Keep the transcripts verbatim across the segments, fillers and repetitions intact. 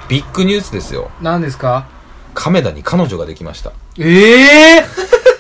ビッグニュースですよ。 何ですか？ 亀田に彼女ができました。 ええー、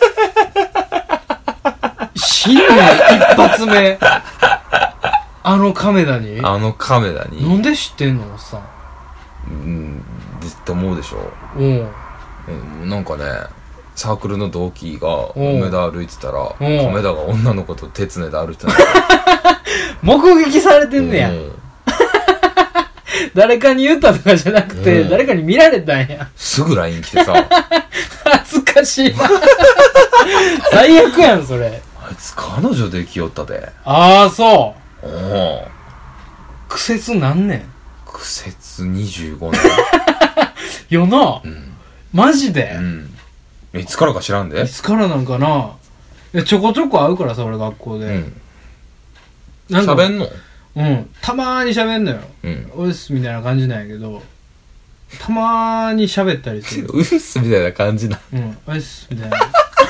新年一発目あの亀田にあの亀田になんで知ってんのおっさん。 うんって思うでしょ。 うん、 うん、なんかねサークルの同期が梅田歩いてたら亀田が女の子と手つねで歩いてた目撃されてんねや、うん、誰かに言ったとかじゃなくて、うん、誰かに見られたんや。 すぐ ライン 来てさ恥ずかしいな最悪やんそれ。 あいつ彼女できよったで。 ああそう。 おお苦節何年？ 苦節にじゅうごねんよな、うん、マジで、 うん、いつからか知らんで。 いつからなんかな。ちょこちょこ会うからさ俺学校で、うん、 なんか喋んの？ うん、たまーに喋んのよ、うん、うっすみたいな感じなんやけどたまーに喋ったりする。 うっすみたいな感じな。 うん、うっすみたいな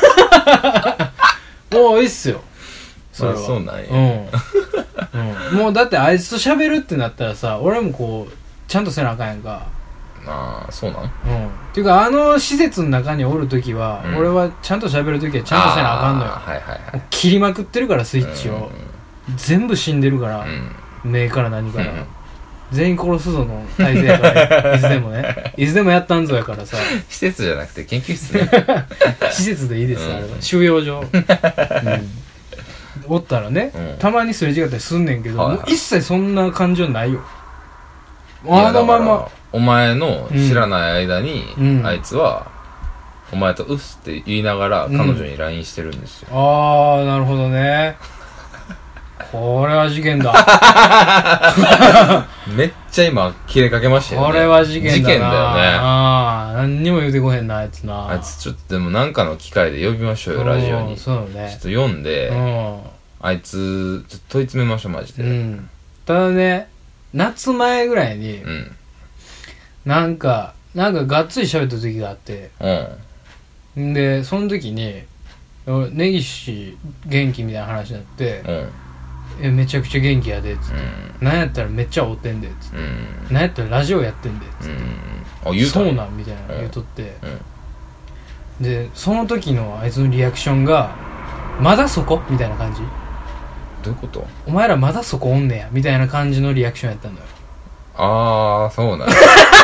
もういいっすよそれは。 あ、そうなんや、 うんうん、もうだってあいつと喋るってなったらさ俺もこうちゃんとせなあかんやんか。 ああそうなん。うん。 っていうかあの施設の中におるときは、うん、俺はちゃんと喋るときはちゃんとせなあかんのよ。 はいはいはい。 切りまくってるからスイッチを、うん、全部死んでるから、うん、目から何から、うん、全員殺すぞの体制やからいつでもねいつでもやったんぞやからさ。 施設じゃなくて研究室ね施設でいいです、うん、あれは収容所、うん、おったらね、うん、たまにすれ違ったりすんねんけど、はいはい、もう一切そんな感情ないよ。あのままお前の知らない間に、うん、あいつはお前とうっすって言いながら彼女に ライン してるんですよ、うん、 ああなるほどねこれは事件だめっちゃ今切れかけましたよね。 これは事件だな。 事件だよね。 ああ何にも言うてこへんなあいつな。 あいつちょっとでもなんかの機会で呼びましょうよラジオに。 そうね。 ちょっと読んであいつちょっと問い詰めましょうマジで、うん、 ただね夏前ぐらいに、うん、なんかなんかがっつり喋った時があって、うん、でその時に根岸元気みたいな話になって、うん、えめちゃくちゃ元気やでっつって、うん、なんやったらめっちゃ会うてんでっつって、うん、なんやったらラジオやってんでっつって、うん、あ言うそうなんみたいな言うとって、うん、でその時のあいつのリアクションがまだそこみたいな感じ。 どういうこと？ お前らまだそこおんねやみたいな感じのリアクションやったんだよ。 ああそうなんや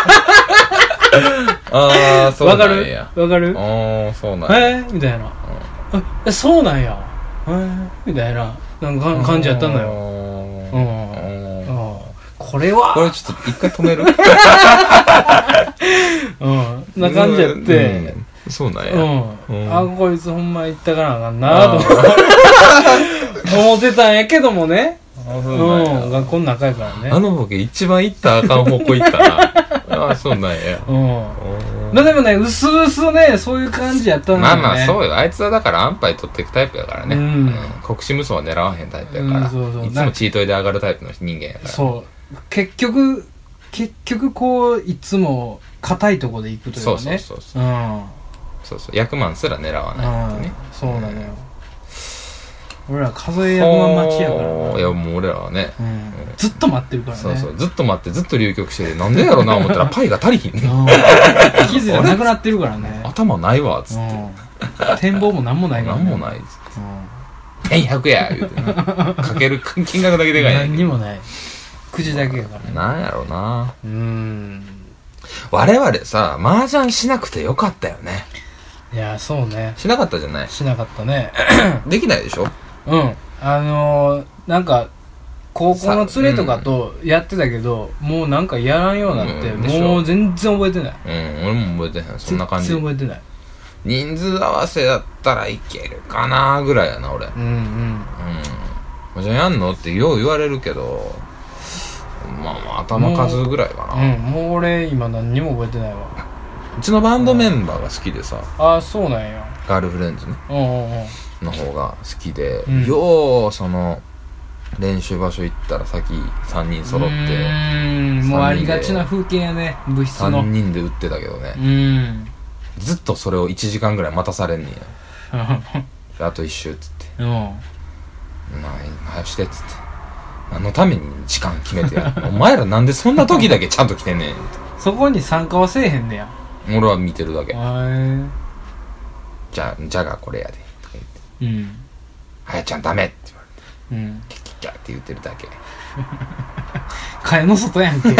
ああそうなんや。 わかるわかる。 ああそうなんや。 えー、みたいな、うん、えそうなんやえー、みたいななんか感じやったんだよ。うん、これはこれちょっと一回止めるうんな感じやって、うんそうなんや、 うんうん、あこいつほんま言ったからあかんなと思ってたんやけどもね。あそうなんや、うん、学校の仲やからね。 あのボケ一番行ったらあかん方向行ったなあそうなんや、うん、 まあでもねうすうすねそういう感じやったんだよね。 まあまあそうよあいつはだから安牌取っていくタイプやからね、うんうん、国士無双は狙わへんタイプやから、うん、そうそういつもチートイで上がるタイプの人間やから。 そう結局結局こういつも硬いとこで行くというかね。 そうそうそうそう、うんそうそう役満すら狙わないってね。 そうなのよ、うん、俺ら数え役満待ちやからな。 いやもう俺らはね、うんうん、ずっと待ってるからね。そうそうずっと待ってずっと流局してなんでやろうな思ったらパイが足りひんね気づいたらなくなってるからね頭ないわっつって、 うん、展望もなんもないからね。 なんもないっつってせんひゃくや言うて、ね、かける金額だけでかいね。 何にもないくじだけやからね。 なんやろうな。うーん我々さ麻雀しなくてよかったよね。 いやそうねしなかったじゃない。 しなかったねできないでしょ。 うんあのー、なんか高校の連れとかとやってたけど、うん、もうなんかやらんようになって、うん、もう全然覚えてない。うん俺も覚えてないそんな感じ。 全然覚えてない。 人数合わせだったらいけるかなぐらいやな俺。うんうんうんじゃあやんのってよう言われるけどまあまあ頭数ぐらいかな。 うんもう俺今何にも覚えてないわ。 うちのバンドメンバーが好きでさ、 うん、ああそうなんや。 ガールフレンズね、うんうんうん、の方が好きで、うん、ようその練習場所行ったら先さんにん揃ってうーんもうありがちな風景やね部室の。 さんにんで打ってたけどね。うんずっとそれをいちじかんぐらい待たされんねんやあと一周っつってうんまあ早くしてっつって何のために時間決めてやるお前らなんでそんな時だけちゃんと来てんねんそこに参加はせえへんねや。 俺は見てるだけ。 へじゃあじゃがこれやでとか言って、うん、はやちゃんダメって言われて、うん、キャキャキャって言ってるだけ蚊帳の外やんけ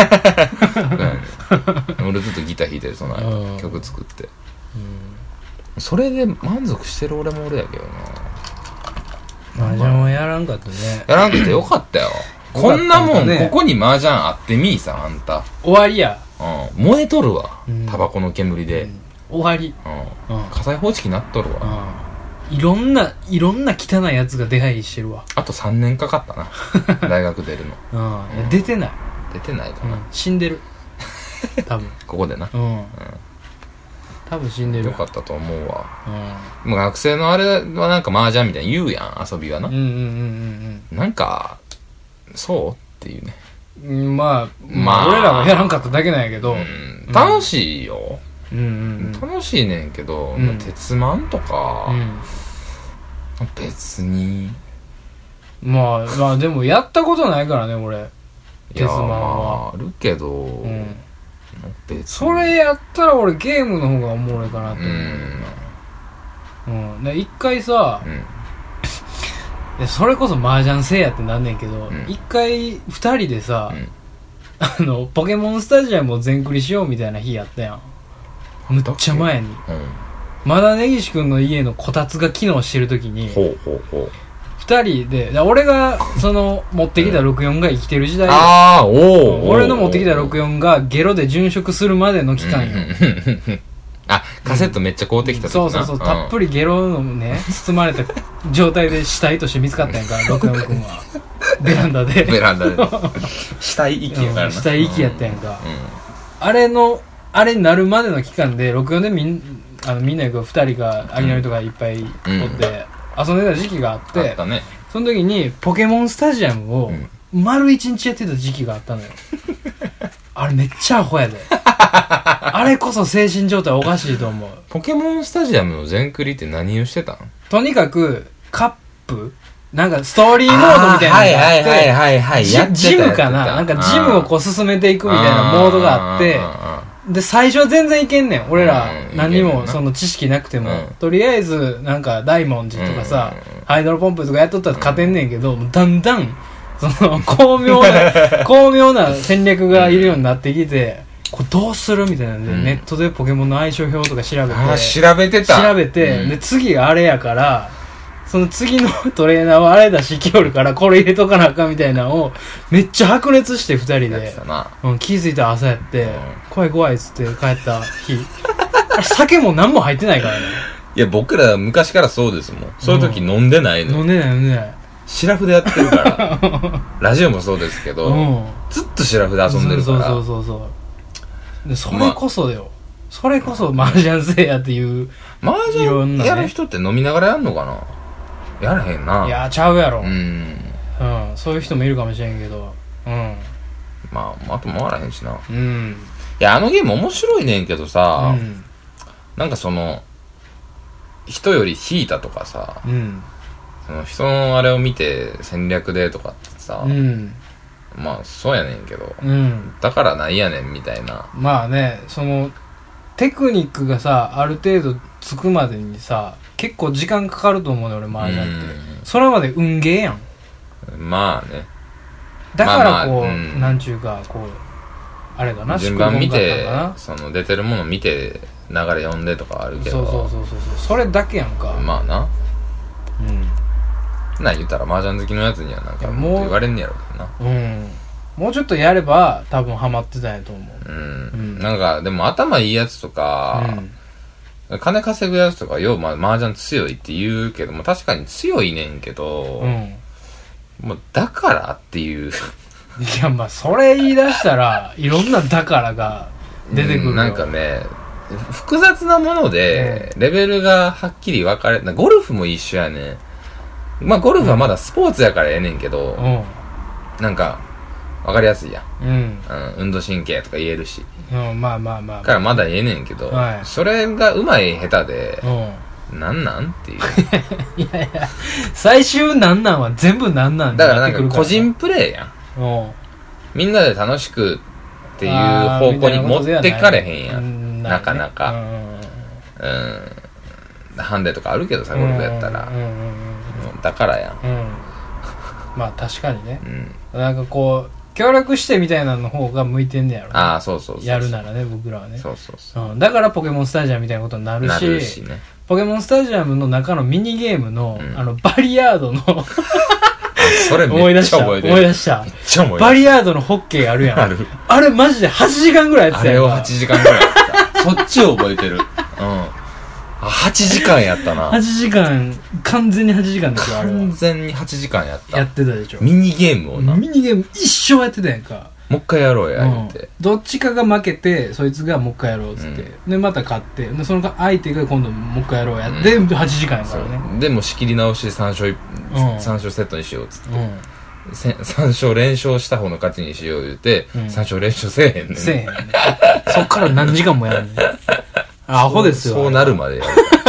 俺ずっとギター弾いてるその間曲作って、うん、それで満足してる俺も俺やけどな。麻雀はやらんかったね。 やらんかったよかったよこんなもん、ね、ここに麻雀あってみーさあんた終わりや、 うん、燃えとるわ、うん、タバコの煙で、うん、 終わり、 うんうん、火災報知器なっとるわ、 うん、いろんないろんな汚いやつが出入りしてるわ。 あとさんねんかかったな大学出るの、うん、いや出てない出てないかな、うん、 死んでる多分ここでな、 うんうん、多分死んでる。 よかったと思うわ、うん、もう学生のあれはなんか麻雀みたいに言うやん遊びはな、うんうんうんうん、なんかそうっていうね、 うん、まあ、まあ、俺らはやらんかっただけなんやけど、うん、 楽しいよ、うんうんうん、楽しいねんけど、 うんまあ、鉄マンとか、うん、別にまあまあでもやったことないからね俺鉄マンは。まあ、あるけど、うん、 別にそれやったら俺ゲームの方がおもろいかなって思う、うんうん、で一回さ、うんでそれこそ麻雀せいやってなんねんけど、うん、一回二人でさ、うん、あのポケモンスタジアムを全クリしようみたいな日やったやんむっちゃ前に、うん、まだ根岸くんの家のこたつが機能してる時にほうほうほう二人で俺がその持ってきたろくじゅうよんが生きてる時代、うん、 あーおー俺の持ってきたろくじゅうよんがゲロで殉職するまでの期間よ、 うんあ、カセットめっちゃ買うてきた時な、 うん、そうそうそう、うん、たっぷりゲロのね包まれた状態で死体として見つかったんやからろくじゅうよんくんはベランダでベランダで死体遺棄やからな、うん、 死体遺棄やったんやんか、うん、あれのあれになるまでの期間でろくじゅうよんでみんあのみんながふたりがアリナミとかいっぱいおって、うん、遊んでた時期があって、 あったね、 その時にポケモンスタジアムを丸一日やってた時期があったのよあれめっちゃアホやであれこそ精神状態おかしいと思う。 ポケモンスタジアムの全クリって何をしてたん？ とにかくカップなんかストーリーモードみたいなのがあって、はいはいはいはいはい、やってたジムかな、なんかジムをこう進めていくみたいなモードがあって、で最初は全然いけんねん俺ら、うん、何もその知識なくても、うん、とりあえずなんか大文字とかさ、うん、ハイドロポンプとかやっとったら勝てんねんけど、うん、だんだんその巧妙な巧妙な戦略がいるようになってきて、これどうするみたいなんで、うん、ネットでポケモンの相性表とか調べて、 あ調べてた調べて、うん、で次あれやからその次のトレーナーはあれだしきおるからこれ入れとかなあかんみたいなのをめっちゃ白熱してふたりで、うん、気づいた朝やって、うん、怖い怖いっつって帰った日あれ酒も何も入ってないからね。 いや僕ら昔からそうですもん。そういう時飲んでないの、 うん、飲んでない飲んでない。 シラフでやってるからラジオもそうですけど、うん、ずっとシラフで遊んでるからそうそうそうそうでそれこそよ、ま、それこそ麻雀せいやっていう麻雀やる人って飲みながらやんのかな。やらへんな。 いやちゃうやろ、うん、うん、そういう人もいるかもしれんけど、うん、 まああと回らへんしな、うん、いやあのゲーム面白いねんけどさ、うん、なんかその人より引いたとかさ、うん、その人のあれを見て戦略でとかってさ、うん、まあそうやねんけど、うん、だからなんやねんみたいな。 まあねそのテクニックがさある程度つくまでにさ結構時間かかると思うね俺麻雀って。それまで運ゲーやん。 まあねだからこう、まあまあうん、なんちゅうかこうあれだな順番見てその出てるもの見て流れ読んでとかあるけどそうそうそうそうそれだけやんか。 まあなうんな言ったら麻雀好きのやつにはなんかもう言われんねやろうけどな。 うんもうちょっとやれば多分ハマってたんやと思う、うんうん、なんかでも頭いいやつとか、うん、金稼ぐやつとかよう、まあ、麻雀強いって言うけども確かに強いねんけど、うん、もうだからっていういやまあそれ言い出したらいろんなだからが出てくるよ、うん、 なんかね複雑なものでレベルがはっきり分かれゴルフも一緒やねん。まあゴルフはまだスポーツやからええねんけど、うん、なんか分かりやすいやん、うんうん、運動神経とか言えるし、 うん、まあまあまあ、まあ、 からまだ言えねんけど、はい、それがうまい下手で、うん、 なんなんっていういやいや最終なんなんは全部なんなんだからなんか個人プレイやん。おみんなで楽しくっていう方向に持ってかれへんやん、なかなか。うん、ハンデとかあるけどさ、ゴルフやったら、だからやん、うん、 まあ確かにね、うん、なんかこう協力してみたいなの方が向いてんねやろ、ね、 ああそうそうそうそう、 やるならね僕らはね、 そうそうそう、 うん、だからポケモンスタジアムみたいなことになるし、なるしね、ポケモンスタジアムの中のミニゲームの、うん、あのバリヤードのそれめっちゃ覚えてる。 思い出した。めっちゃ思い出した。バリヤードのホッケーあるやん。ある。あれマジではちじかんぐらいやってたやん。 あれをはちじかんぐらいやってた。そっちを覚えてる。うん。あ、はちじかんやったな。 はちじかん、完全にはちじかんですよ、あれは。 完全にはちじかんやった。 やってたでしょ。 ミニゲームをな。 ミニゲーム一生やってたやんか。 もう一回やろうや、言って、うん。 どっちかが負けて、そいつがもう一回やろうっつって。うん、で、また勝って、で、その相手が今度もう一回やろうやって、うん、はちじかんやからね。 でも仕切り直しさん勝、うん、さん勝セットにしようっつって。うんさん勝連勝した方の勝ちにしよう言うて、うん、さん勝連勝せえへんねん。 せえへんねん。そっから何時間もやるねん。アホですよ。 そうなるまでやる。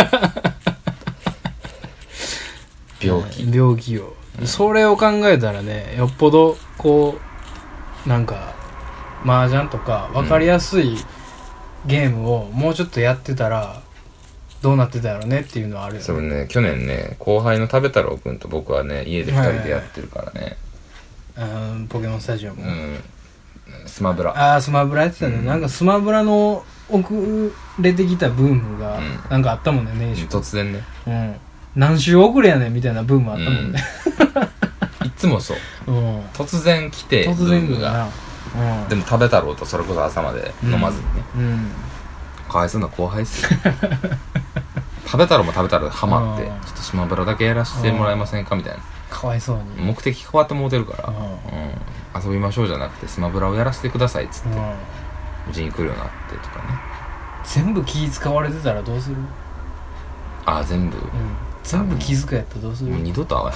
病気。 病気よ、うん。それを考えたらね、よっぽど、こう、なんか、麻雀とか分かりやすいゲームをもうちょっとやってたら、どうなってたやろねっていうのはあるよね。 そうね、去年ね、後輩の食べ太郎くんと僕はね、家でふたりでやってるからね。はいはいうん、ポケモンスタジアム、うん、 スマブラああスマブラやってたね、うん、なんかスマブラの遅れてきたブームがなんかあったもんね、年始、 うん、突然ね、 うん、何週遅れやねんみたいなブームあったもんね、 うん、いつもそう、うん、突然来て突然ブームが、 うん、でも食べ太郎とそれこそ朝まで飲まずにね、うんうん、かわいそうな後輩っすよ食べ太郎も食べ太郎でハマって、ちょっとスマブラだけやらせてもらえませんかみたいな、 かわいそうに目的変わってもうてるから、うん、遊びましょうじゃなくてスマブラをやらせてくださいっつって、うん、うちに来るようになってとかね。 全部気使われてたらどうする？ ああ全部、うん、 全部気遣いやったらどうする？ もう二度と会わ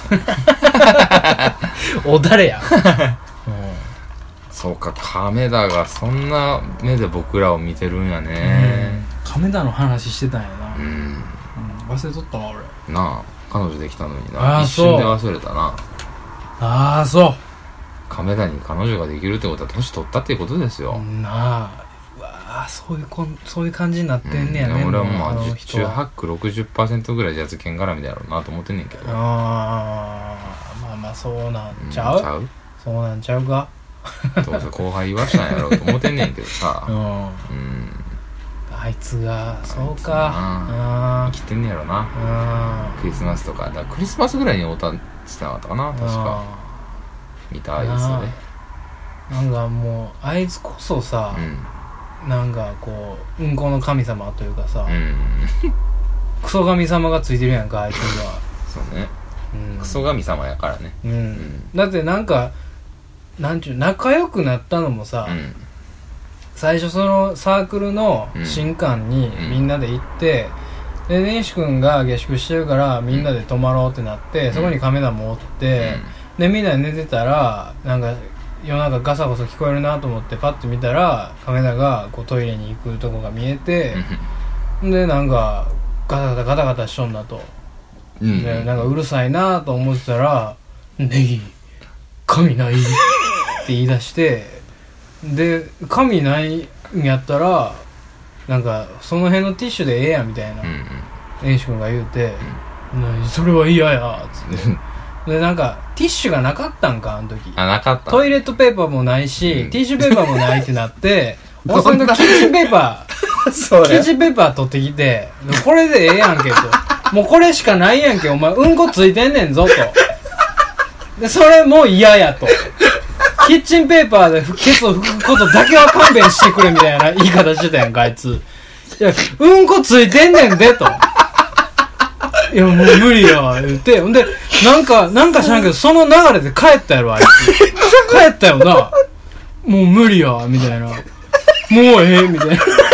へんお誰や、うん、 そうか、亀田がそんな目で僕らを見てるんやね、 うん、亀田の話してたんやな、うんうん、忘れとったわ俺なあ、彼女できたのにな、一瞬で忘れたな。 ああそう、 亀田に彼女ができるってことは年取ったっていうことですよ。 なあ、うわあ、そういうこんそういう感じになってんねやね、 うん、俺はもう十中八九 ろくじゅっパーセント ぐらいジャズ犬絡みだろうなと思ってんねんけど。 ああ、まあまあそうなんちゃう、うん、ちゃうそうなんちゃうかどうせ後輩言わしたんやろうと思ってんねんけどさ、うん、うん、 あいつがそうか生きてんねやろな。クリスマスとかだからクリスマスぐらいに会うたしてなかったかな、確か見たあいつね。 なんかもうあいつこそさ、うん、なんかこううんこの神様というかさ、うん、クソ神様がついてるやんかあいつにはそうね、うん、クソ神様やからね、うんうん、 だってなんかなんちゅう仲良くなったのもさ、うん、最初そのサークルの新館にみんなで行って、うん、で根岸くんが下宿してるからみんなで泊まろうってなって、うん、そこにカメラもおって、うん、でみんなで寝てたらなんか夜中ガサゴソ聞こえるなと思ってパッと見たらカメラがこうトイレに行くとこが見えて、うん、でなんかガタガタガタガタしとんだと、うん、でなんかうるさいなと思ってたらネギ髪ないって言い出してで髪ないんやったらなんかその辺のティッシュでええやんみたいな根岸、うんうん、君が言うて、うん、それは嫌やつってでなんかティッシュがなかったんかあの時。 あ、なかった。 トイレットペーパーもないし、うん、ティッシュペーパーもないってなって俺その時キッチンペーパーそキッチンペーパー取ってきてこれでええやんけともうこれしかないやんけお前うんこついてんねんぞとでそれもう嫌やとキッチンペーパーでケツを拭くことだけは勘弁してくれみたいな言い方してたやんかあいつ。いやうんこついてんねんでといやもう無理や言ってほんでなんかなんか知らんけどその流れで帰ったやろあいつ帰ったよなもう無理やみたいなもうええみたいな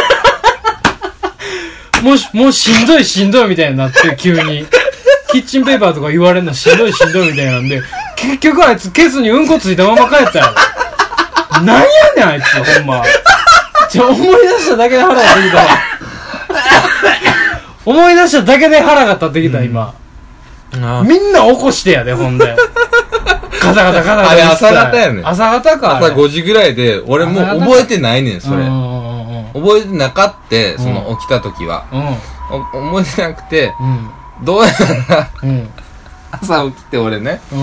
もうもうしんどいしんどいみたいになって急にキッチンペーパーとか言われるのしんどいしんどいみたいなんで結局あいつケツにうんこついたまま帰ったやろなんやねんあいつほんまちょ思い出しただけで腹が出てきたわ思い出しただけで腹が立ってきた、うん、今みんな起こしてやで、ほんでガタガタガタガタ。 あれ朝方やねん。 朝方か。 朝ごじぐらいで、俺もう覚えてないねん、それ。覚えてなかって、その起きた時は。うん、覚えてなくて、うん、どうやら、うん、朝起きて俺ね、うん、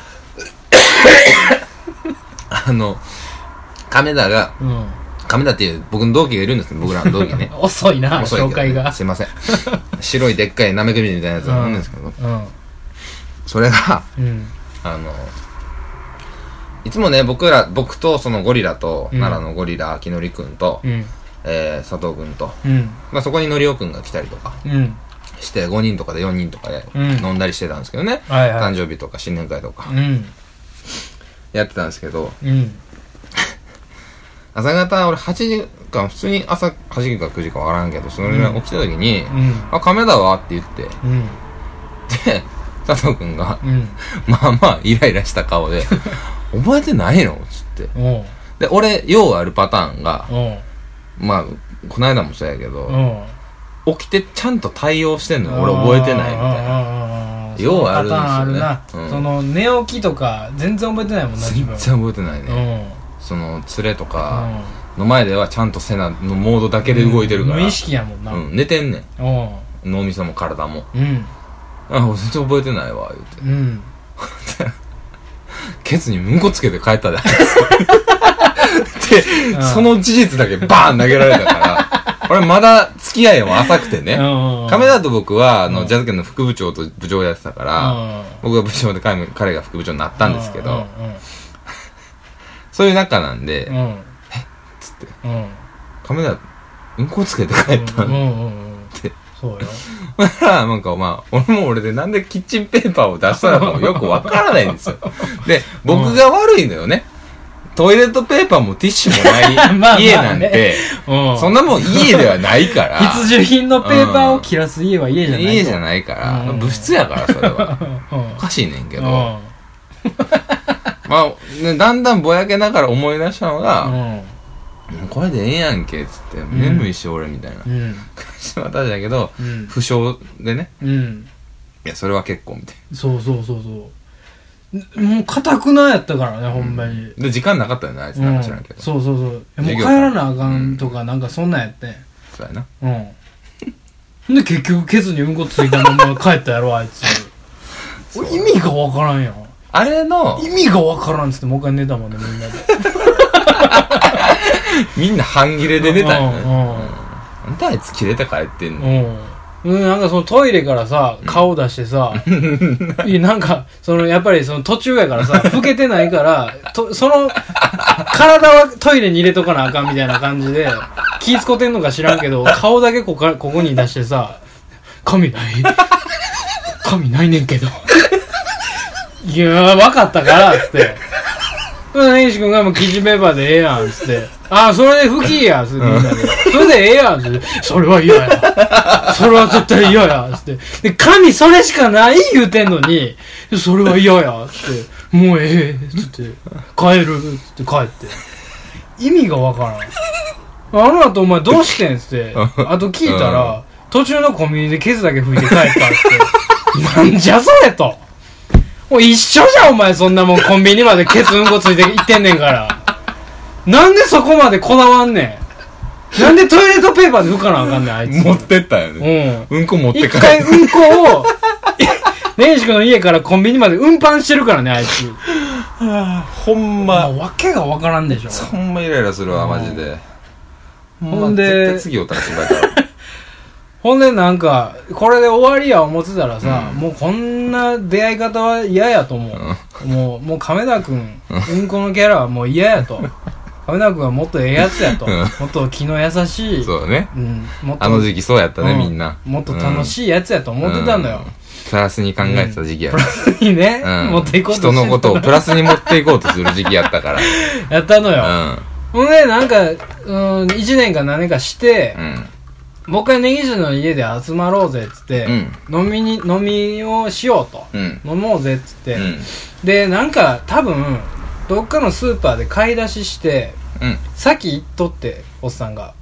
あの、亀田が、うん、亀田っていう僕の同期がいるんですね、僕らの同期ね。 遅いな、 遅い、ね、 紹介が。 すいません。白いでっかいなめくびみたいなやつがあるんですけど、うん、それが、うん、あの、いつもね、僕ら、僕とそのゴリラと、うん、奈良のゴリラ、秋典くんと、うん、えー、佐藤くんと、うん、まあそこにのりおくんが来たりとか、うん、して、ごにんとかでよにんとかで飲んだりしてたんですけどね。うん、はいはい、誕生日とか新年会とか、うん、やってたんですけど、うん、朝方、俺はちじかん、普通に朝はちじかくじかわからんけど、それぐらい起きた時に、うん、あ、亀田はって言って、うん、で、佐藤くんが、うん、まあまあイライラした顔で覚えてないのつってで、俺ようあるパターンがまあこの間もそうやけど起きてちゃんと対応してんの俺覚えてないみたいなようあるんですよね。な、 うん、その寝起きとか全然覚えてないもんな。 全然覚えてないね、うん、その連れとかの前ではちゃんとセナのモードだけで動いてるから、うん、 無意識やもんな、 うん、寝てんねん脳みそも体も、うんあ、全然覚えてないわ、言うて。うん。ケツにうんこつけて帰ったで。で、その事実だけバーン投げられたから、俺まだ付き合いも浅くてね。亀田と僕は、あの、ジャズ県の副部長と部長やってたから、僕が部長で彼が副部長になったんですけど、そういう仲なんで、えっつって、亀田、うんこつけて帰ったのって。そうよ。なんかまあ、俺も俺でなんでキッチンペーパーを出したのかよくわからないんですよ。で、僕が悪いのよね。トイレットペーパーもティッシュもない家なんて、そんなもん家ではないから。 必需品のペーパーを切らす家は家じゃない。 家じゃないから、物質やから、それは。おかしいねんけど。まあ、ね、だんだんぼやけながら思い出したのが、これでええやんけっつって、うん、眠いし俺みたいな感じで渡したけど、うん、不詳でね、うん、いやそれは結構みたいな。 そうそうそうそうもう固くなやったからね、うん、ほんまに。 で時間なかったよねあいつなんか知らんけど、うん、 そうそうそうもう帰らなあかんとかなんかそんなんやって、うん、 そうやなうんで結局ケツにうんこついたまま帰ったやろあいつ意味がわからんやんあれの意味がわからんっつってもう一回寝たもんねみんなでみんな半切れで寝たよね、うんうん、なんであいつ切れて帰ってんの、 うん、なんかそのトイレからさ顔出してさ、うん、いやなんかそのやっぱりその途中やからさ老けてないからとその体はトイレに入れとかなあかんみたいな感じで気使ってんのか知らんけど顔だけここ、ここに出してさ髪ない髪ないねんけどいやー分かったからっつって根岸君がもうキッチンペーパーでええやんっつってああそれで拭きやっつってみんなでそれでええやんっつってそれは嫌やそれは絶対嫌やっつってで髪それしかない言うてんのにそれは嫌やっつってもうええっつって帰るっつって帰って意味がわからんあの後お前どうしてんっつってあと聞いたら途中のコンビニでケツだけ拭いて帰ったっつってなんじゃそれともう一緒じゃんお前そんなもんコンビニまでケツうんこついて行ってんねんからなんでそこまでこだわんねんなんでトイレットペーパーで拭かなあかんねんあいつ持ってったよねうん、うんこ持って帰って一回うんこを根岸君の家からコンビニまで運搬してるからねあいつはあ、ほんまわけがわからんでしょほんまイライラするわマジでほんで絶対次おったら心配だろほんでなんかこれで終わりや思ってたらさ、うん、もうこんな出会い方は嫌やと思う、うん、もうもう亀田くんうんこのキャラはもう嫌やと亀田くんはもっとええやつやと、うん、もっと気の優しいそうね、うん、もっとあの時期そうやったね、うん、みんなもっと楽しいやつやと思ってたのよ、うん、 プラスに考えてた時期やから、 プラスにね、うん、持っていこうとして人のことをプラスに持っていこうとする時期やったからやったのよ、うん、ほんでなんか、うん、いちねんか何年かして、うん僕は根岸の家で集まろうぜっつって、うん、飲みに飲みをしようと、うん、飲もうぜっつって、うん、でなんか多分どっかのスーパーで買い出しして、うん、先行っとっておっさんが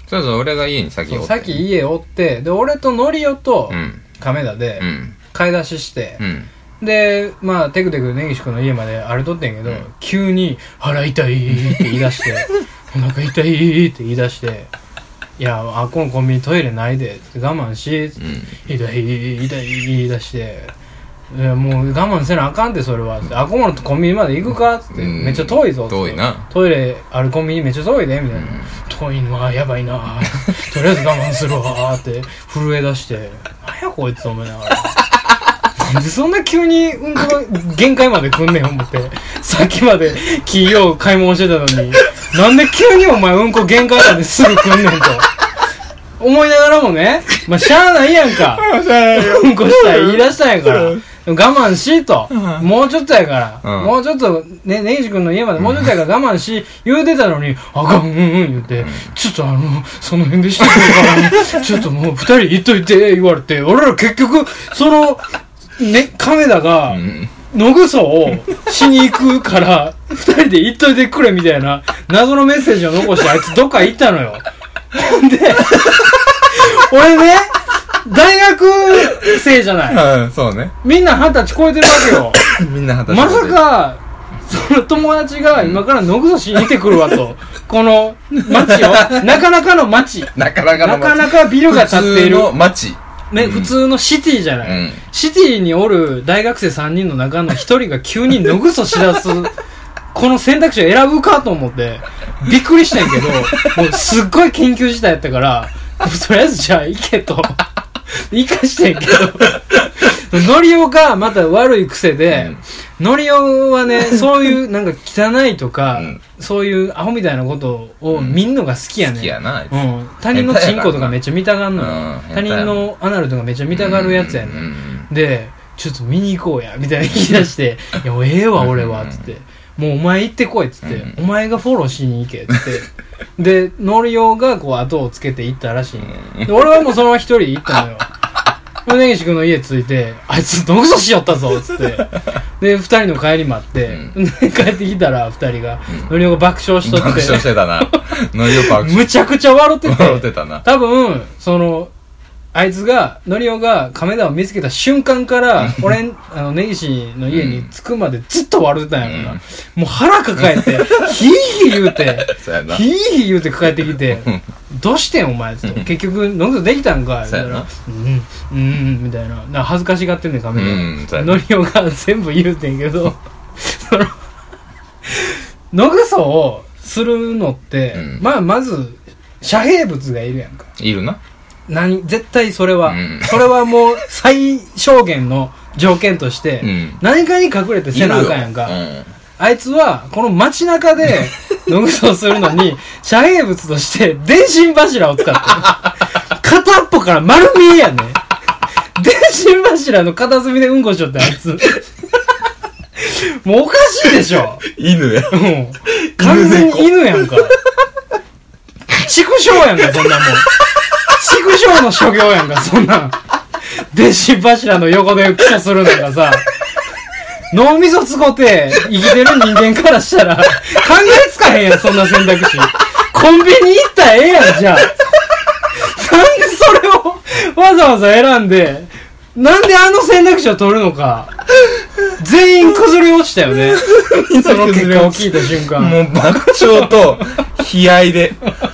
そうそう、俺が家に先おって。 先家おって、で、俺とのりおと、亀田で、買い出しして、うん、で、まあ、テクテク根岸君の家まで歩いとってんけど、うん、急に、腹痛いって言い出して、お腹痛いって言い出して、いや、あっこのコンビニトイレないで、我慢し、うん、痛い、痛い言い出して、いやもう我慢せなあかんってそれは、あっこのコンビニまで行くかって、うん、めっちゃ遠いぞって。 遠いな。 トイレあるコンビニめっちゃ遠いで、みたいな。うん、遠いのはやばいなとりあえず我慢するわって震え出して、なんやこいつ思いながら。なんでそんな急にうんこが限界まで来んねん思って、さっきまで企業買い物してたのに、なんで急にお前うんこ限界まですぐ来んねんと思いながらもね、まあしゃあないやんか。うんこしたら言い出したんやから。我慢しと、うん、もうちょっとやから、うん、もうちょっとね、根岸君の家までもうちょっとやから我慢し、言うてたのに、あかん、うんうん言って、うん、ちょっとあの、その辺でしてくるから、ちょっともう二人行っといて、言われて、俺ら結局、その、ね、亀田が、野ぐそをしに行くから、二人で行っといてくれみたいな、謎のメッセージを残して、あいつどっか行ったのよ。で、俺ね、大学生じゃない、 うん、そうね。 みんな二十歳超えてるわけよ。 みんな二十歳まさかその友達が今から野ぐそしに行ってくるわと、この街よ、なかなかの街、 なかなかの街、 なかなかビルが建っている普通の街ね、うん、普通のシティじゃない、うん、シティにおる大学生さんにんの中のひとりが急に野ぐそしだすこの選択肢を選ぶかと思ってびっくりしたんやけど、もうすっごい緊急事態やったから、とりあえずじゃあ行けと生かしてんけど、のりおがまた悪い癖で、うん、のりおはね、そういうなんか汚いとか、うん、そういうアホみたいなことを見んのが好きやね、 うん、好きやな、 うん、他人のチンコとかめっちゃ見たがんのよ、うん、他人のアナルとかめっちゃ見たがるやつやね、うんうん、でちょっと見に行こうやみたいな言い出していやもうええわ俺はつって、もうお前行ってこいっつって、うん、お前がフォローしに行けっつってでのりおがこう後をつけて行ったらしい、うん、で俺はもうそのまま一人行ったのよ。根岸君の家着いて、あいつどぐそしよったぞっつってで二人の帰り待って、うん、帰ってきたら二人が、うん、のりおが爆笑しとって、 爆笑してたなのりお爆笑むちゃくちゃ笑ってて、 笑ってたな。 多分そのあいつがのりおが亀田を見つけた瞬間から俺あの根岸の家に着くまでずっと笑ってたんやから、うん、もう腹抱えてヒーヒー言うてヒーヒー言うて帰ってきてどうしてんお前って結局のぐそできたんかみたいな、うんうんみたいな、なんか恥ずかしがってんねん亀田、うん、のりおが全部言うてんけどそののぐそをするのって、うん、まあまず遮蔽物がいるやんか。 いるな。 何絶対それは、うん、それはもう最小限の条件として、うん、何かに隠れてせなあかんやんか、うん、あいつはこの街中で野ぐそをするのに遮蔽物として電信柱を使って片っぽから丸見えやね電信柱の片隅でうんこしよってあいつもうおかしいでしょ。 犬や、 うん、完全に犬やんか畜生やんかそんなもん畜生の所業やんかそんなん電信柱の横でクソするのがさ、脳みそつこて生きてる人間からしたら考えつかへんやんそんな選択肢。コンビニ行ったらええやんじゃあ。なんでそれをわざわざ選んで、なんであの選択肢を取るのか。全員崩れ落ちたよねその結果を聞いた瞬間もう爆笑と悲哀で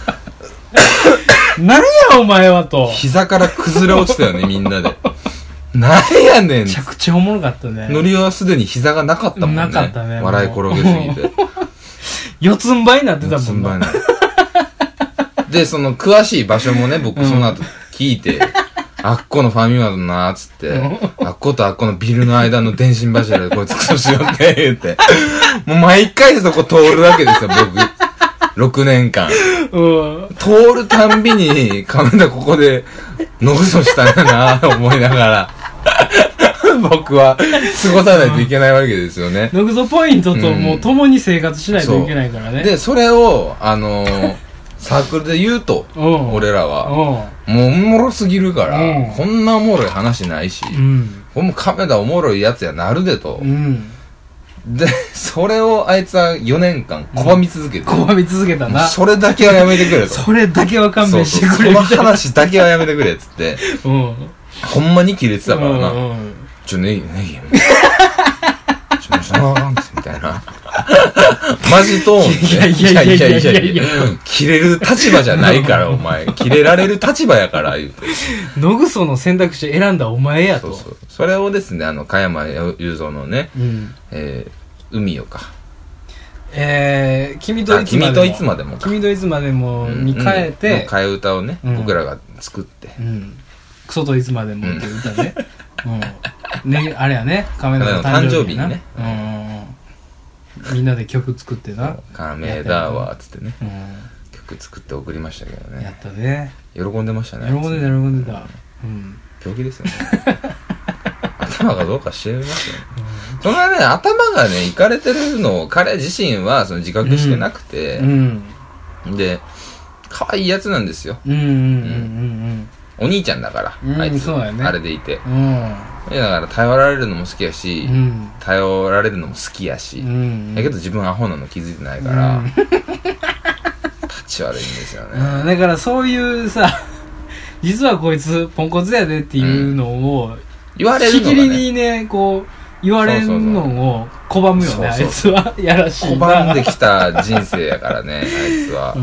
何やお前はと膝から崩れ落ちたよねみんなで。何やねん。 めちゃくちゃおもろかったね。 のりおはすでに膝がなかったもんね。 なかったね。 笑い転げすぎて四つん這いになってたもんね。 でその詳しい場所もね僕その後聞いて、うん、あっこのファミマだなーっつって、うん、あっことあっこのビルの間の電信柱でこいつクソしようって言ってもう毎回そこ通るわけですよ僕ろくねんかん、うん、通るたんびに亀田ここでのぐそしたんだなと思いながら僕は過ごさないといけないわけですよね。 のぐそポイントともう共に生活しないといけないからね、 うん、でそれをあのー、サークルで言うと俺らはもうおもろすぎるからこんなおもろい話ないし、うん、これも亀田おもろいやつやなるでと、うん、 でそれをあいつはよねんかん拒み続けて、 拒み続けたな。 それだけはやめてくれと。 それだけは勘弁してくれ。 そうそう、その話だけはやめてくれっつって、うん、ほんまにキレてたからな、うんうん、ちょネギネギちょそのあかんっすみたいなマジトーンで、いやいやいやいやいや切れる立場じゃないからお前切れられる立場やから言うて、 野ぐその選択肢選んだお前やと。 そうそう、それをですね、あの加山雄三のね、うん、えー、海よか、 えー、君といつまでも君といつまでも君といつまでもに変えて、 うんうん、替え歌をね、うん、僕らが作って、 うん、クソといつまでもっていう歌ね、うん、ね、あれやね、亀田の誕生日にね、うん、みんなで曲作ってな、 亀田はつってね、うん、曲作って送りましたけどね。 やったね。 喜んでましたね。 喜んでた喜んでた。うん。 狂気ですよね。頭がどうかしてますよね。うん、そのね、頭がね、いかれてるのを彼自身はその自覚してなくて、うんうん、で、可愛いやつなんですよ。うんうんうんうん。お兄ちゃんだから、うん、あいつ、そうやね、あれでいて。うん、だから頼られるのも好きやし、うん、頼られるのも好きやし、うん、だけど自分アホなの気づいてないから、うん、立ち悪いんですよね。 うん、だからそういうさ、実はこいつポンコツやでっていうのを、うん、 言われるのがね、 しきりにね、こう言われるのを拒むよね。そうそうそう、あいつはやらしいな。 拒んできた人生やからね、あいつは。 うん、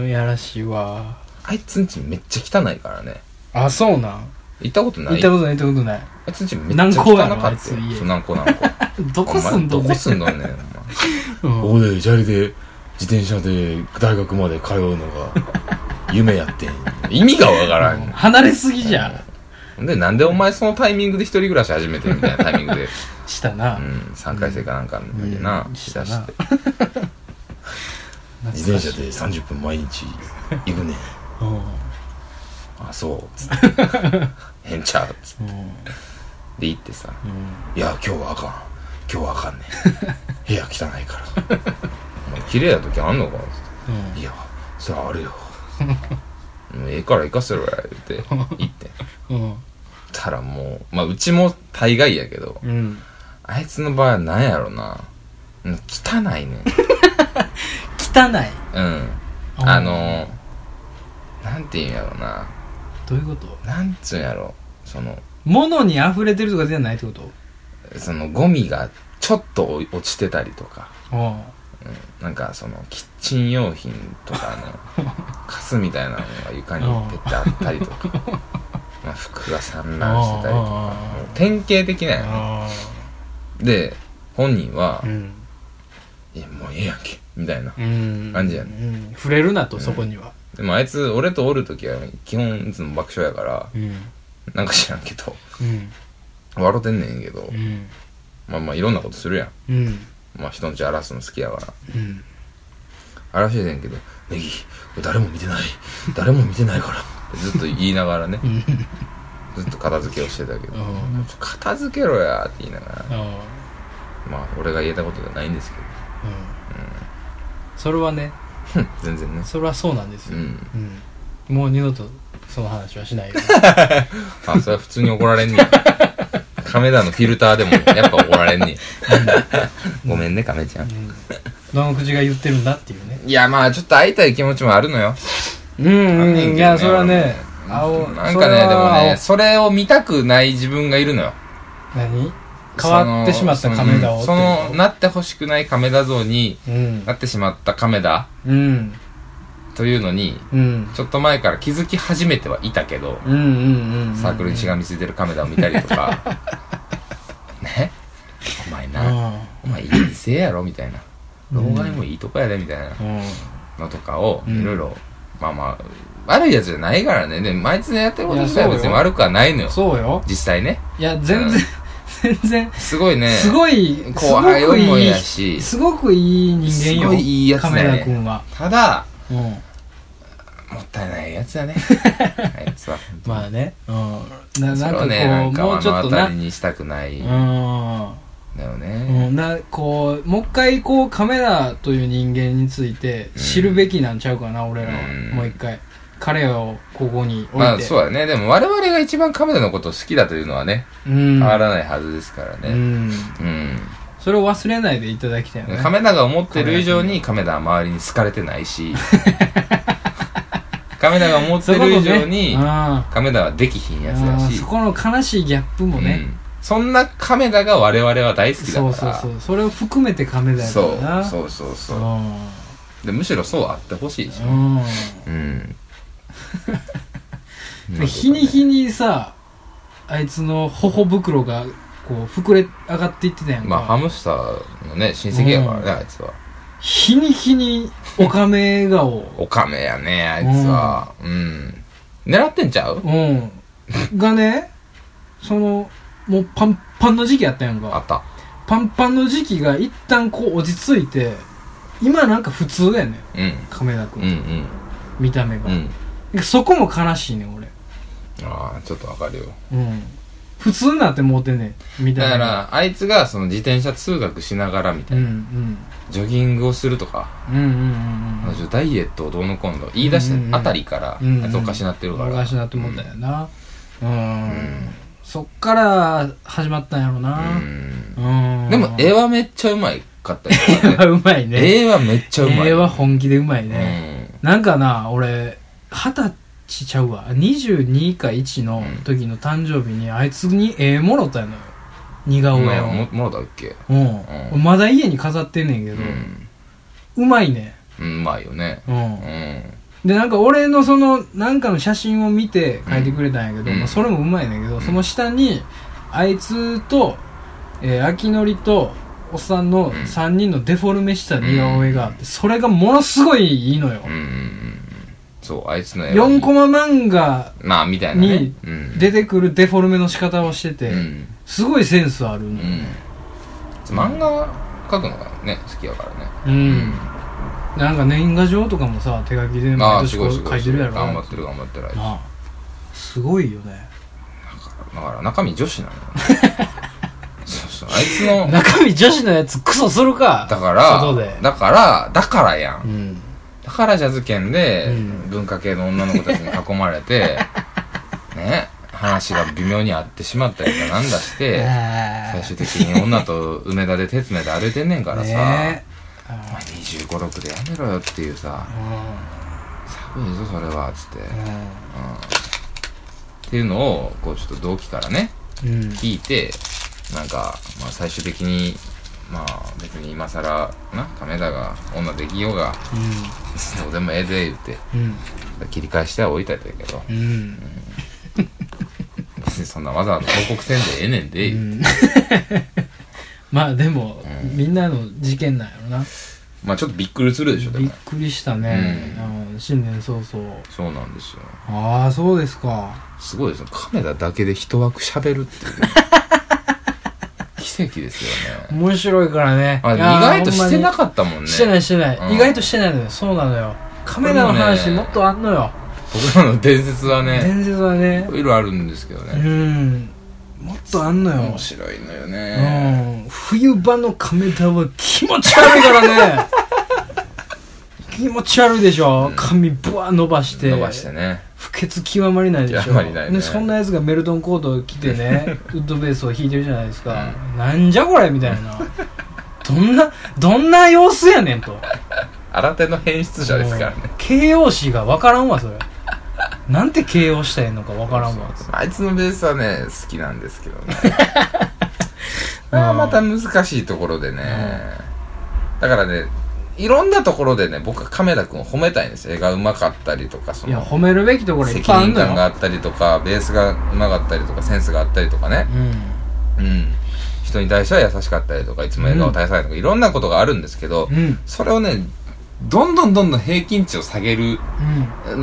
やらしいわ。 あいつんちめっちゃ汚いからね。 あ、そうなん。 行ったことない。 行ったことない行ったことない。 あいつんちめっちゃ汚かった。あいつ家。そう、何個何個。 どこ住んどんねん。 どこ住んどんねん。ここでチャリで自転車で大学まで通うのが夢やってん。意味がわからん。 離れすぎじゃん。で、なんでお前そのタイミングで一人暮らし始めてみたいなタイミングで。 したな。 うん、さんかい生かなんかの時な、しだして。自転車でさんじゅっぷん毎日行くねん。あ、そうつって変ちゃうつって、うん、で行ってさ、うん、いや今日はあかん今日はあかんね部屋汚いからお前綺麗な時あんのかつって、うん、いやそれあるよもうええから行かせろや言って行って、うん、たらもうまあうちも大概やけど、うん、あいつの場合は何やろな、汚いね汚い、 うん、あのなんていうんやろな、 どういうこと？ なんつうんやろ、その物に溢れてるとかじゃないってこと？ そのゴミがちょっと落ちてたりとか、うん、なんかそのキッチン用品とかのカスみたいなのが床にペッてあったりとかまあ服が散乱してたりとか、もう典型的なやね。で本人は、うん、いやもうええやんけみたいな感じやね、うんうん、触れるなと、うん、そこには。 でもあいつ俺とおるときは基本いつも爆笑やから、うん、なんか知らんけど、うん、笑ってんねんけど、うん、まあまあいろんなことするやん、うん、まあ人んち荒らすの好きやから、うん、荒らしてんねんけど、ネギ誰も見てない誰も見てないからってずっと言いながらねずっと片付けをしてたけど、片付けろやって言いながら、まあ俺が言えたことじゃないんですけど、うんうん、 それはね全然ね、 それはそうなんですよ、うんうん、もう二度とその話はしないよあ、それは普通に怒られんねや亀田のフィルターでもやっぱ怒られんねやごめんね亀ちゃん、うん、 どの口が言ってるんだっていうね。 いやまあちょっと会いたい気持ちもあるのよ。 うんうん、ね、いやそれはね、 青なんかね、でもねそれを見たくない自分がいるのよ。 何？変わってしまった亀田を、 その、そのなってほしくない亀田像になってしまった亀田、うん、というのに、うん、ちょっと前から気づき始めてはいたけど、サークルにしがみついてる亀田を見たりとかね、お前な、お前いいせいやろみたいな、老害もいいとこやでみたいなのとかをいろいろ、まあまあ悪いやつじゃないからね。でもあいつのやってること自体は別に悪くはないのよ。 そうよ。 実際ね。 いや全然、うん全然すごいね、 すごい後輩思いやし、 すごくいい人間よ、 すごいいいやつだね、 亀田君は。 ただ、うん、もったいないやつだねあいつはまあね、うん、ななんかこう、ね、なんかもうちょっとなにしたくない、うん、だよね、 うん、なこうもう一回こう亀田という人間について知るべきなんちゃうかな、うん、俺らは、うん、もう一回彼をここに置いて、 まあそうだね。でも我々が一番亀田のことを好きだというのはね、うん、変わらないはずですからね。うん、うん、 それを忘れないでいただきたいよね。 亀田が思ってる以上に亀田は周りに好かれてないし亀田が思ってる以上に亀田はできひんやつだし、 そこの悲しいギャップもね、 うん、そんな亀田が我々は大好きだから、 そうそうそう、それを含めて亀田やからな。 そうそうそうそうでむしろそうあってほしいし、 うんうんで日に日にさあいつの頬袋がこう膨れ上がっていってたやんか。 まあハムスターのね親戚やからね、あいつは日に日にオカメ顔オカメやねあいつは、うん、うん、狙ってんちゃう、 うんがねそのもうパンパンの時期あったやんか。 あった。 パンパンの時期が一旦こう落ち着いて今なんか普通やねん、 うん、 亀田君、 うんうん、 見た目が、うん、そこも悲しいねん俺。 ああちょっとわかるよ、 うん、普通になってもうてんねん見た目だからあいつがその自転車通学しながらみたいな、うんうん、ジョギングをするとか、うんうんうんうん、ダイエットをどうのこうの言い出したあたりから、うんうん、あいつおかしなってるから、 おかしなってもんだよな、うん、うんうん、そっから始まったんやろな、うんうん、 でも絵はめっちゃうまいかったよ、ね、 絵はうまいね。 絵はめっちゃうまい、 絵は本気でうまいね、うん、なんかな俺二十歳ちゃうわにじゅうにかいちの時の誕生日にあいつに絵もろたやのよ、似顔絵を。 ももろたっけ、 うん、うん、まだ家に飾ってんねんけど、うん、うまいね、 うん、うまいよね、うん、うん、 でなんか俺のそのなんかの写真を見て描いてくれたんやけど、うん、まあ、それもうまいねんけど、うん、その下にあいつと、えー、秋典とおっさんのさんにんのデフォルメした似顔絵があって、それがものすごいいいのよ、うんうんうん、 そうあいつの絵よんコマ漫画まあみたいなねに出てくるデフォルメの仕方をしてて、うん、すごいセンスあるの、うん、 漫画描くのがね好きやからね、 うん、うん、なんか年賀状とかもさ手書きで毎年こう書いてるやろ。 頑張ってる頑張ってるあいつ、ああすごいよね。 だから中身女子なのよそうそうあいつの中身女子のやつクソするか。 だから外でだからだからやん、うん、だからジャズ圏で文化系の女の子たちに囲まれて、うん、ね話が微妙に合ってしまったりとかなんだして最終的に女と梅田で鉄目で歩いてんねんからさ、ね、お前にじゅうご、ろくでやめろよっていうさ、うん、寒いぞそれはつって、うんうん、っていうのをこうちょっと同期からね、うん、聞いてなんか、まあ、最終的にまあ別に今更な亀田が女できようが、うん、どうでもええで言って、うん、切り返しては置いたんだけど、うんうん、別にそんなわざわざ報告せんでええねんで、うん、 まあでも、うん、みんなの事件なんやろな。 まあちょっとびっくりするでしょ。でもびっくりしたね、うん、新年早々。 そうなんですよ。 ああそうですか。 すごいですね。亀田だけで一枠喋るっていう奇跡ですよね。 面白いからね。 あ意外としてなかったもんね。 してないしてない、うん、意外としてないのよ。そうなのよ。亀田の話もっとあんのよ。 僕らの伝説はね伝説はねいろいろあるんですけどね。 うんもっとあんのよ。 面白いのよね、 うん、冬場の亀田は気持ち悪いからね気持ち悪いでしょ、うん、髪ブワー伸ばして伸ばしてね不潔極まりないでしょ。極まりないね。でそんなやつがメルトンコートを着てねウッドベースを弾いてるじゃないですか、うん、なんじゃこれみたいなどんなどんな様子やねんと新手の変質者ですからね。 形容詞が分からんわそれなんて形容したらいいのか分からんわ。 あいつのベースはね好きなんですけどねまあまた難しいところでね、うん、だからねいろんなところでね僕は亀田君を褒めたいんですよ。絵がうまかったりとかそのいや褒めるべきところいっぱいあるんだよ。 責任感があったりとかベースがうまかったりとかセンスがあったりとかね、うん、うん、人に対しては優しかったりとかいつも笑顔を絶やさないとか、うん、いろんなことがあるんですけど、うん、それをねどんどんどんどん平均値を下げるの、うん、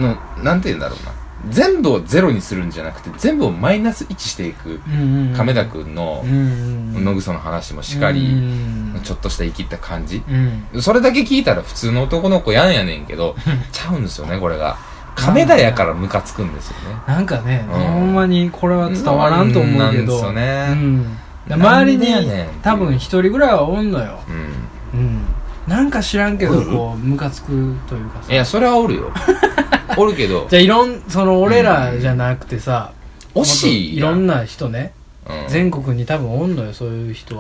なんて言うんだろうな全部をゼロにするんじゃなくて全部をマイナスいちしていく、うんうん、亀田くんの野草の話もしかり、うんうん、ちょっとした生きった感じ、うん、それだけ聞いたら普通の男の子やんやねんけどちゃうんですよね。これが亀田やからムカつくんですよね。なんかね、 うん、ほんまにこれは伝わらんと思うけどなんですよね、うん、周りに多分一人ぐらいはおんのよ、うんうん、なんか知らんけどこうムカつくというかさ。 いやそれはおるよおるけどじゃあいろんその俺らじゃなくてさ、 うん、惜しいいろんな人ね、うん、全国に多分おんのよそういう人は。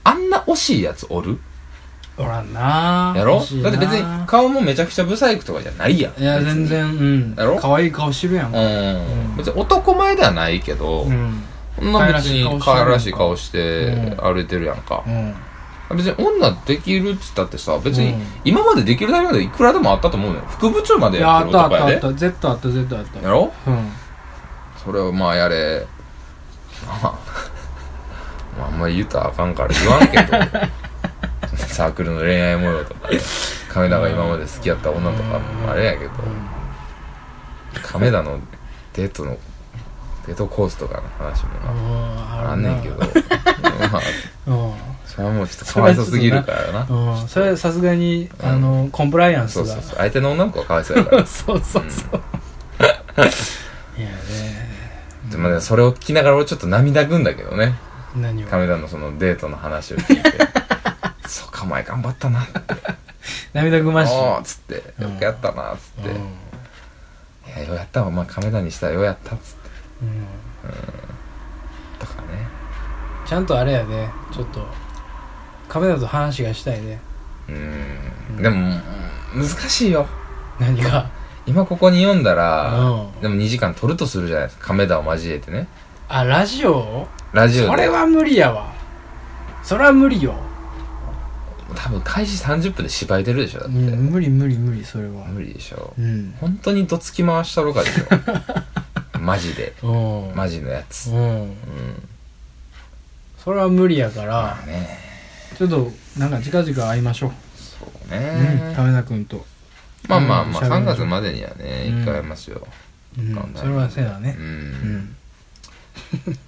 あんな惜しいやつおる？ おらんなやろ？だって別に顔もめちゃくちゃブサイクとかじゃないやん。 いや全然うんやろ？ 可愛い顔してるやんか。 うん、うん、別に男前ではないけど、うん、そんな別に可愛らしい顔して歩いてるやんか、うんうん、別に女できるっつったってさ、別に今までできるタイミングでいくらでもあったと思うのよ。副部長までやってる男やで。 いやあったあったあった、絶対あった絶対あった。 やろ？ うん。 それをまあやれ、まああんまり言ったらあかんから言わんけどサークルの恋愛模様とか亀田が今まで好きやった女とかあれやけど、亀田のデートのデートコースとかの話もなあんねんけど、まあそれはもうちょっとかわいそうすぎるからな。 うん、それはさすがにあのコンプライアンスが、 そうそうそう、相手の女の子はかわいそうやからそうそうそう、いやね、 でもね、それを聞きながら俺ちょっと涙ぐんだけどね。 何を？ 亀田のそのデートの話を聞いてそうか、お前頑張ったなって涙ぐましいおーっつって、よくやったなっつって、うん、いやようやったわ、まあ亀田にしたらようやったっつって、うんうん、とかね。 ちゃんとあれやで、ちょっと亀田と話がしたいね。 うーん、でも難しいよ。 何が？ 今ここに読んだら、うん、でもにじかん撮るとするじゃないですか、亀田を交えてね。 あ、ラジオ？ ラジオで。 それは無理やわ。それは無理よ。 多分開始さんじゅっぷんで芝居出るでしょ、だって、うん、 無理無理無理、それは無理でしょ、 うん、 本当にどつき回したろかでしょマジでマジのやつ、うんうん、 それは無理やから、 まあね、 ちょっとなんか近々会いましょう。 そうね、 うん、亀田くんとまあまあまあさんがつまでにはね一回会いますよ、 うん、うん、それはせやね、うん、うん